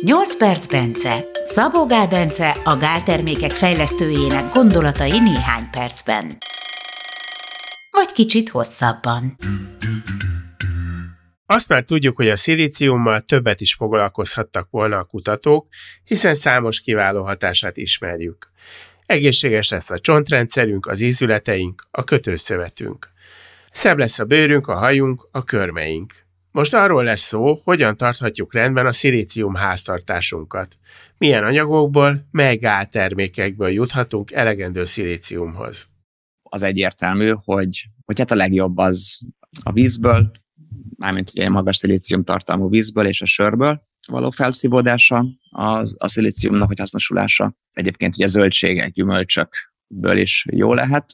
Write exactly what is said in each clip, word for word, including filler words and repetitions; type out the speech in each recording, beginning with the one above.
nyolc perc Bence. Szabó Gál Bence, a gáltermékek fejlesztőjének gondolatai néhány percben. Vagy kicsit hosszabban. Azt már tudjuk, hogy a szilíciummal többet is foglalkozhattak volna a kutatók, hiszen számos kiváló hatását ismerjük. Egészséges lesz a csontrendszerünk, az ízületeink, a kötőszövetünk. Szebb lesz a bőrünk, a hajunk, a körmeink. Most arról lesz szó, hogyan tarthatjuk rendben a szilícium háztartásunkat. Milyen anyagokból, mely gáltermékekből juthatunk elegendő szilíciumhoz. Az egyértelmű, hogy, hogy hát a legjobb az a vízből, mármint ugye magas szilícium tartalmú vízből és a sörből való felszívódása, a, a szilíciumnak, hogy hasznosulása. Egyébként ugye zöldségek, gyümölcsökből is jó lehet,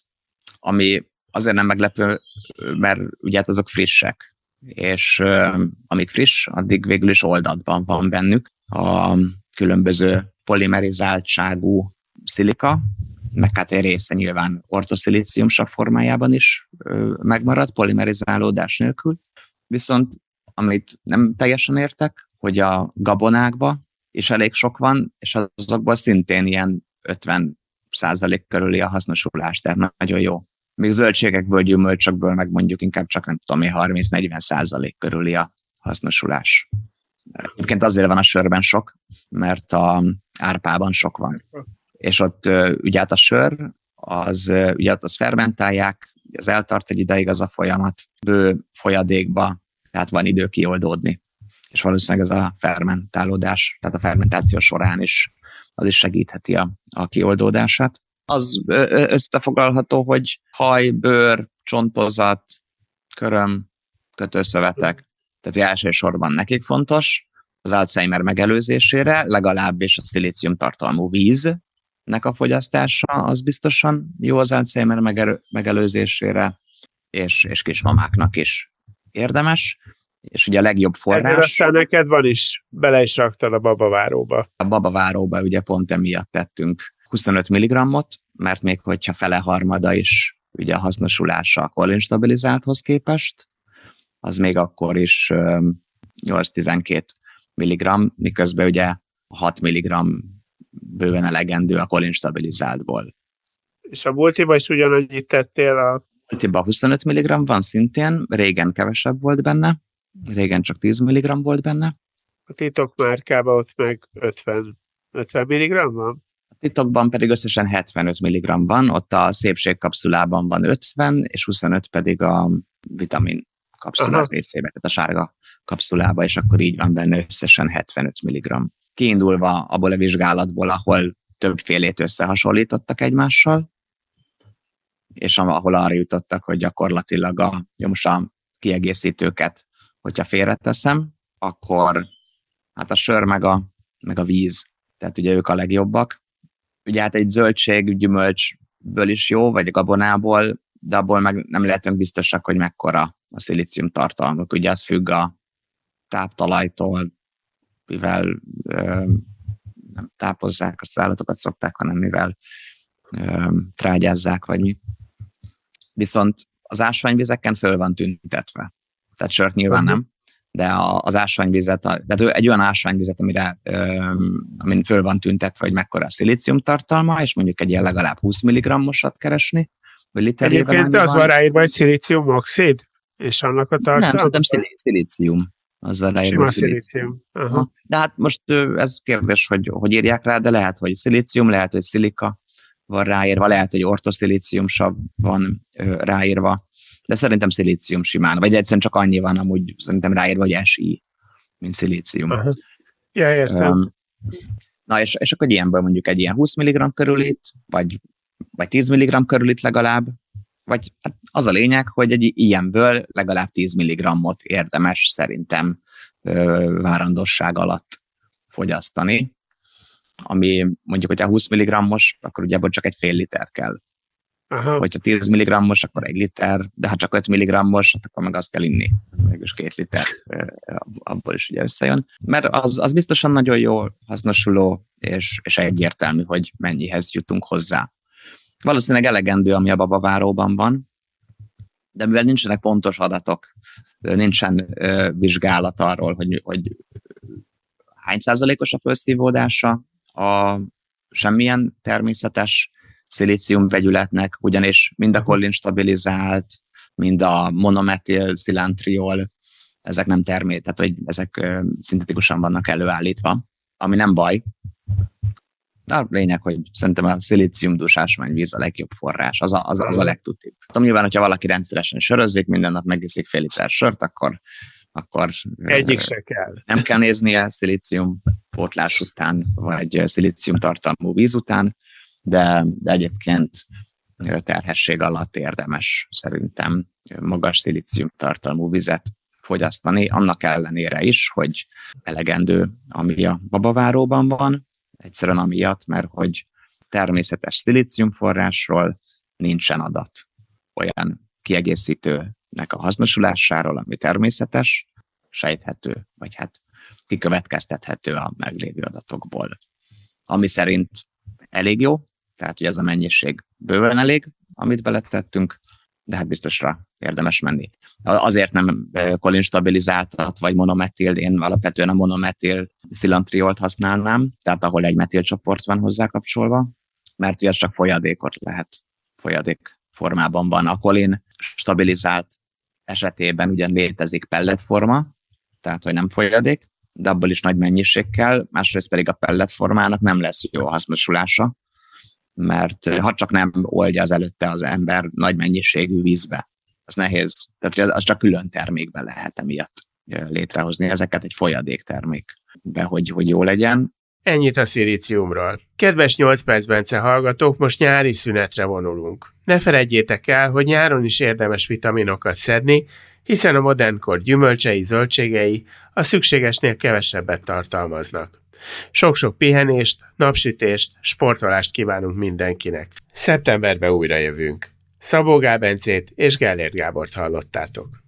ami azért nem meglepő, mert ugye hát azok frissek, és uh, amíg friss, addig végül is oldatban van bennük a különböző polimerizáltságú szilika, meg hát egy része nyilván ortoszilíciumsav formájában is uh, megmarad, polimerizálódás nélkül. Viszont amit nem teljesen értek, hogy a gabonákba is elég sok van, és azokból szintén ilyen ötven százalék körüli a hasznosulás, tehát nagyon jó. Még zöldségekből, gyümölcsökből meg mondjuk inkább csak nem tudom, harminc-negyven százalék körüli a hasznosulás. Egyébként azért van a sörben sok, mert a árpában sok van. És ott ugye hát a sör, az, ugye ott azt fermentálják, az eltart egy ideig az a folyamat, bő folyadékba, tehát van idő kioldódni. És valószínűleg ez a fermentálódás, tehát a fermentáció során is az is segítheti a, a kioldódását. Az összefoglalható, hogy haj, bőr, csontozat, köröm, kötőszövetek, tehát elsősorban nekik fontos, az Alzheimer megelőzésére, legalábbis a szilícium tartalmú víznek a fogyasztása, az biztosan jó az Alzheimer megelő, megelőzésére, és, és kismamáknak is érdemes. És ugye a legjobb forrás... Ezért aztán neked van is, bele is raktad a babaváróba. A babaváróba ugye pont emiatt tettünk huszonöt milligrammot, mert még hogyha fele harmada is ugye a hasznosulása a kolinstabilizálthoz képest, az még akkor is nyolc-tizenkét milligramm, miközben ugye hat milligramm bőven elegendő a kolinstabilizáltból. És a multiba is ugyanannyit tettél a... Multiba huszonöt milligramm van szintén, régen kevesebb volt benne, régen csak tíz milligramm volt benne. A titok márkában ott meg ötven, ötven milligramm van? A titokban pedig összesen hetvenöt milligramm van, ott a szépségkapszulában van ötven, és huszonöt pedig a vitamin kapszulák részében, tehát a sárga kapszulába, és akkor így van benne összesen hetvenöt milligramm. Kiindulva abból a vizsgálatból, ahol többfélét összehasonlítottak egymással, és ahol arra jutottak, hogy gyakorlatilag a, most a kiegészítőket, hogyha félreteszem, akkor hát a sör meg a, meg a víz, tehát ugye ők a legjobbak. Ugye hát egy zöldség, gyümölcsből is jó, vagy a gabonából, de abból meg nem lehetünk biztosak, hogy mekkora a szilícium tartalmuk. Ugye az függ a táptalajtól, mivel ö, nem tápozzák, a szállatokat szokták, hanem mivel ö, trágyázzák, vagy mi. Viszont az ásványvizeken föl van tüntetve. Tehát sört nyilván nem, de a, az ásványvizet, tehát egy olyan ásványvizet, amire, ö, amin föl van tüntetve, hogy mekkora a szilícium tartalma, és mondjuk egy ilyen legalább húsz milligrammosat keresni, vagy literében. Egyébként az van ráírva, hogy szilíciumoxid, és annak a tartalma? Nem, szerintem szilí- szilícium. Az van ráírva, szilícium. Aha. De hát most ez kérdés, hogy hogy írják rá, de lehet, hogy szilícium, lehet, hogy szilika van ráírva, lehet, hogy ortoszilíciumsav van ráírva, de szerintem szilícium simán, vagy egyszerűen csak annyi van, amúgy szerintem ráírva, hogy es i, mint szilícium. Aha. Ja, értem. Um, na, és, és akkor ilyenből mondjuk egy ilyen húsz milligramm körülit, vagy, vagy tíz milligramm körülit legalább, vagy hát az a lényeg, hogy egy ilyenből legalább tíz milligrammot érdemes szerintem ö, várandosság alatt fogyasztani, ami mondjuk, hogyha húsz milligrammos, akkor ugye ebből csak egy fél liter kell. Aha. Hogyha tíz milligrammos, akkor egy liter, de ha csak öt milligrammos, akkor meg azt kell inni. Mégis két liter abból is ugye összejön. Mert az, az biztosan nagyon jó, hasznosuló, és, és egyértelmű, hogy mennyihez jutunk hozzá. Valószínűleg elegendő, ami a babaváróban van, de mivel nincsenek pontos adatok, nincsen vizsgálat arról, hogy, hogy hány százalékos a felszívódása a semmilyen természetes szilícium vegyületnek, ugyanis mind a kollin stabilizált, mind a monometil szilantriol, ezek nem termét, tehát hogy ezek szintetikusan vannak előállítva, ami nem baj. De a lényeg, hogy szerintem a szilíciumdús ásványvíz a legjobb forrás, az a, az, az a legtutibb. Tudom, nyilván, hogyha valaki rendszeresen sörözik, minden nap megiszik fél liter sört, akkor, akkor egyik se kell. Nem kell néznie szilícium pótlás után, vagy szilícium tartalmú víz után, de, de egyébként terhesség alatt érdemes szerintem magas szilícium tartalmú vizet fogyasztani, annak ellenére is, hogy elegendő, ami a babaváróban van, egyszerűen amiatt, mert hogy természetes szilíciumforrásról nincsen adat olyan kiegészítőnek a hasznosulásáról, ami természetes, sejthető, vagy hát kikövetkeztethető a meglévő adatokból. Ami szerint elég jó, tehát hogy ez a mennyiség bőven elég, amit beletettünk, de hát biztosra érdemes menni. Azért nem kolinstabilizáltat, vagy monometil, én alapvetően a monometil szilantriolt használnám, tehát ahol egy metilcsoport van hozzá kapcsolva, mert ugye csak folyadékot lehet, folyadék formában van. A kolin stabilizált esetében ugyan létezik pelletforma, tehát hogy nem folyadék, de abból is nagy mennyiség kell, másrészt pedig a pelletformának nem lesz jó hasznosulása, mert ha csak nem oldja az előtte az ember nagy mennyiségű vízbe, az nehéz, tehát az csak külön termékbe lehet emiatt létrehozni ezeket egy folyadéktermékbe, hogy, hogy jó legyen. Ennyit a szilíciumról. Kedves nyolc perc Bence hallgatók, most nyári szünetre vonulunk. Ne feledjétek el, hogy nyáron is érdemes vitaminokat szedni, hiszen a modernkor gyümölcsei, zöldségei a szükségesnél kevesebbet tartalmaznak. Sok-sok pihenést, napsütést, sportolást kívánunk mindenkinek. Szeptemberben újra jövünk. Szabó Gál Bencét és Gellért Gábort hallottátok.